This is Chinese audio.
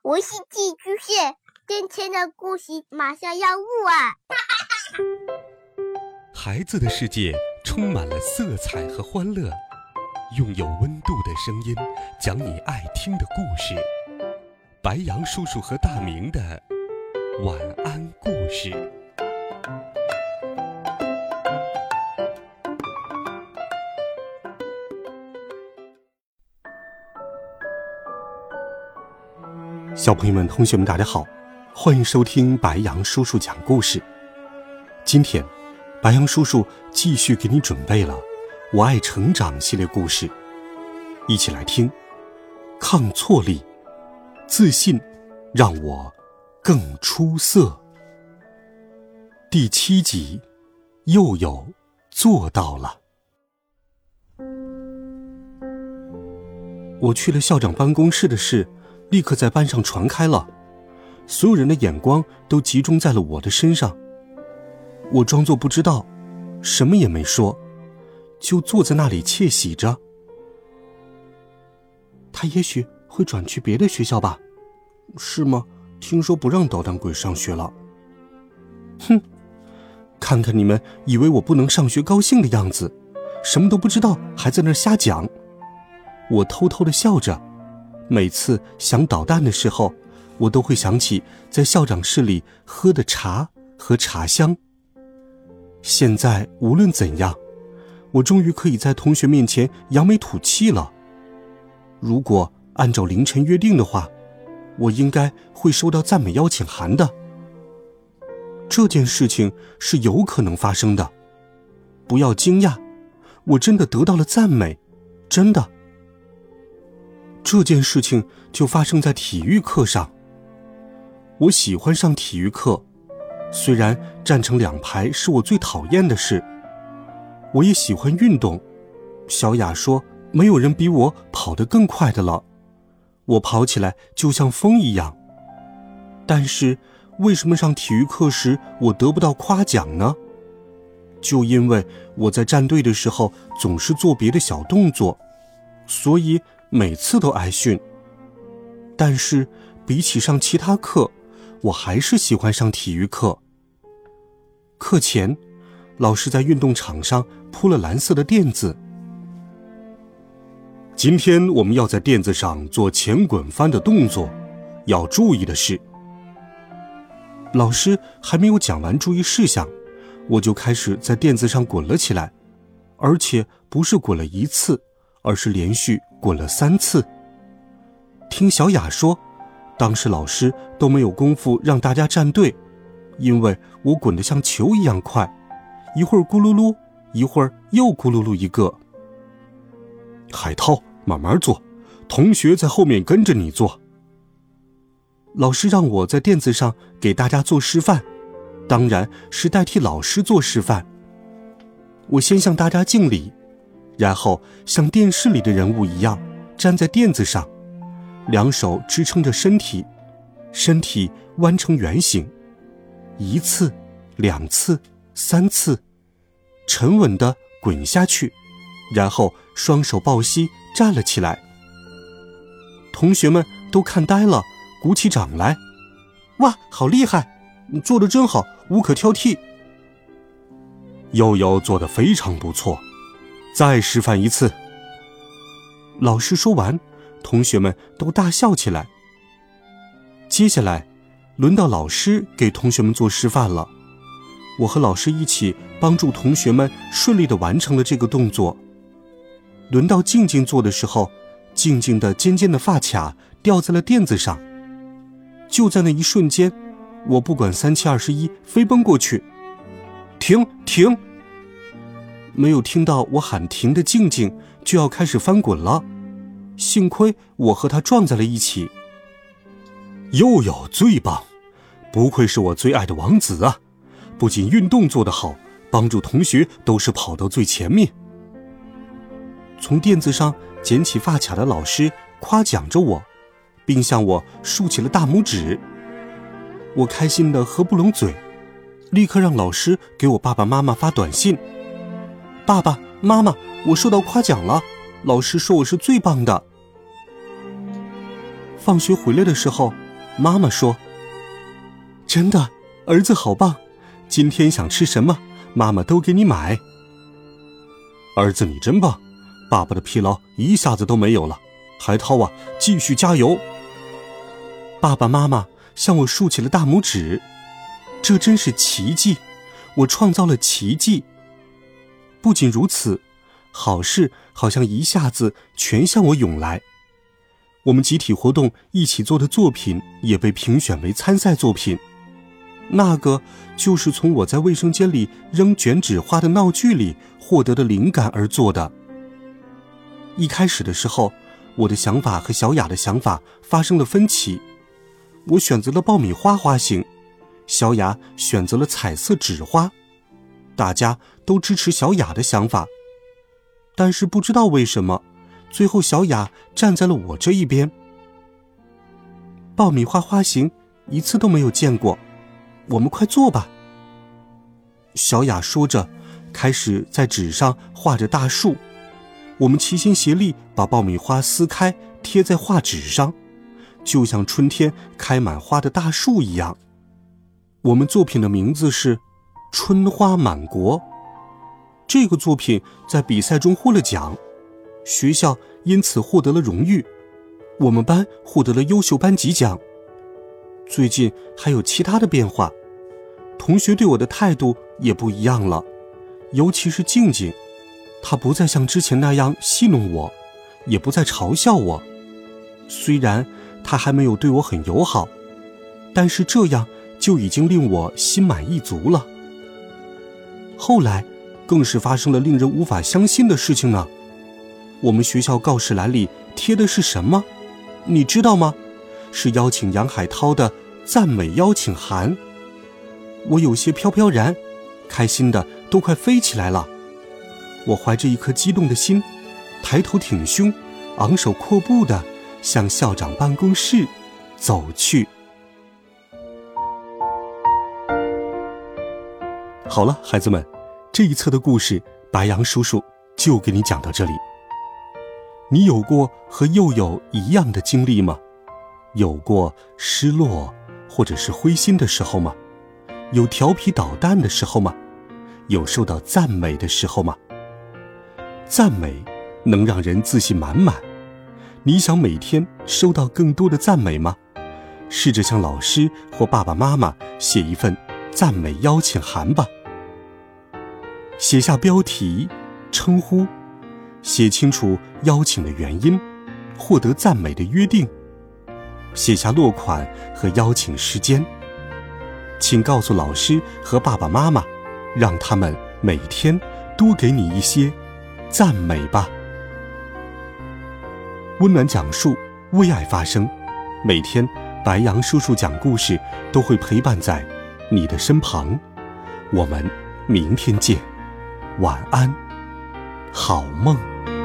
我是寄居蟹，今天的故事马上要录啊！ 孩子的世界充满了色彩和欢乐，用有温度的声音讲你爱听的故事。白羊叔叔和大明的晚安故事。小朋友们、同学们，大家好，欢迎收听白羊叔叔讲故事。今天，白羊叔叔继续给你准备了《我爱成长》系列故事，一起来听。抗挫力，自信让我更出色。第7集，佑佑做到了。我去了校长办公室的事立刻在班上传开了，所有人的眼光都集中在了我的身上。我装作不知道，什么也没说，就坐在那里窃喜着。他也许会转去别的学校吧？是吗？听说不让捣蛋鬼上学了。哼，看看你们以为我不能上学高兴的样子，什么都不知道还在那儿瞎讲。我偷偷地笑着，每次想捣蛋的时候，我都会想起在校长室里喝的茶和茶香。现在无论怎样，我终于可以在同学面前扬眉吐气了。如果按照凌晨约定的话，我应该会收到赞美邀请函的。这件事情是有可能发生的，不要惊讶，我真的得到了赞美，真的。这件事情就发生在体育课上。我喜欢上体育课，虽然站成2排是我最讨厌的事。我也喜欢运动，小雅说没有人比我跑得更快的了，我跑起来就像风一样。但是为什么上体育课时我得不到夸奖呢？就因为我在站队的时候总是做别的小动作，所以每次都挨训。但是比起上其他课，我还是喜欢上体育课。课前，老师在运动场上铺了蓝色的垫子。今天我们要在垫子上做前滚翻的动作，要注意的是，老师还没有讲完注意事项，我就开始在垫子上滚了起来，而且不是滚了1次，而是连续滚了3次。听小雅说，当时老师都没有功夫让大家站队，因为我滚得像球一样快，一会儿咕噜噜，一会儿又咕噜噜一个。海涛，慢慢做，同学在后面跟着你做。老师让我在垫子上给大家做示范，当然是代替老师做示范。我先向大家敬礼，然后像电视里的人物一样站在垫子上，2手支撑着身体，身体弯成圆形，1次、2次、3次，沉稳地滚下去，然后双手抱膝站了起来。同学们都看呆了，鼓起掌来。哇，好厉害，你做得真好，无可挑剔。佑佑做得非常不错，再示范1次。老师说完，同学们都大笑起来。接下来轮到老师给同学们做示范了，我和老师一起帮助同学们顺利地完成了这个动作。轮到静静做的时候，静静的尖尖的发卡掉在了垫子上。就在那一瞬间，我不管3七21飞奔过去。停停！没有听到我喊停的静静就要开始翻滚了，幸亏我和她撞在了一起。佑佑最棒，不愧是我最爱的王子啊，不仅运动做得好，帮助同学都是跑到最前面。从垫子上捡起发卡的老师夸奖着我，并向我竖起了大拇指。我开心得合不拢嘴，立刻让老师给我爸爸妈妈发短信。爸爸妈妈，我受到夸奖了，老师说我是最棒的。放学回来的时候， 妈妈说：“真的，儿子好棒，今天想吃什么，妈妈都给你买。”儿子你真棒，爸爸的疲劳一下子都没有了。海涛啊，继续加油！爸爸妈妈向我竖起了大拇指，这真是奇迹，我创造了奇迹。不仅如此，好事好像一下子全向我涌来。我们集体活动一起做的作品也被评选为参赛作品，那个就是从我在卫生间里扔卷纸花的闹剧里获得的灵感而做的。一开始的时候，我的想法和小雅的想法发生了分歧，我选择了爆米花花型，小雅选择了彩色纸花，大家都支持小雅的想法。但是不知道为什么，最后小雅站在了我这一边。爆米花花型一次都没有见过，我们快做吧。小雅说着，开始在纸上画着大树。我们齐心协力把爆米花撕开，贴在画纸上，就像春天开满花的大树一样。我们作品的名字是《春花满国》。这个作品在比赛中获了奖，学校因此获得了荣誉，我们班获得了优秀班级奖。最近还有其他的变化，同学对我的态度也不一样了，尤其是静静，她不再像之前那样戏弄我，也不再嘲笑我。虽然她还没有对我很友好，但是这样就已经令我心满意足了。后来更是发生了令人无法相信的事情呢。我们学校告示栏里贴的是什么？你知道吗？是邀请杨海涛的赞美邀请函。我有些飘飘然，开心的都快飞起来了。我怀着一颗激动的心，抬头挺胸，昂首阔步地向校长办公室走去。好了，孩子们，这一册的故事白杨叔叔就给你讲到这里。你有过和佑佑一样的经历吗？有过失落或者是灰心的时候吗？有调皮捣蛋的时候吗？有受到赞美的时候吗？赞美能让人自信满满。你想每天收到更多的赞美吗？试着向老师或爸爸妈妈写一份赞美邀请函吧。写下标题、称呼，写清楚邀请的原因，获得赞美的约定，写下落款和邀请时间。请告诉老师和爸爸妈妈，让他们每天多给你一些赞美吧。温暖讲述，为爱发声。每天白杨叔叔讲故事都会陪伴在你的身旁。我们明天见，晚安，好梦。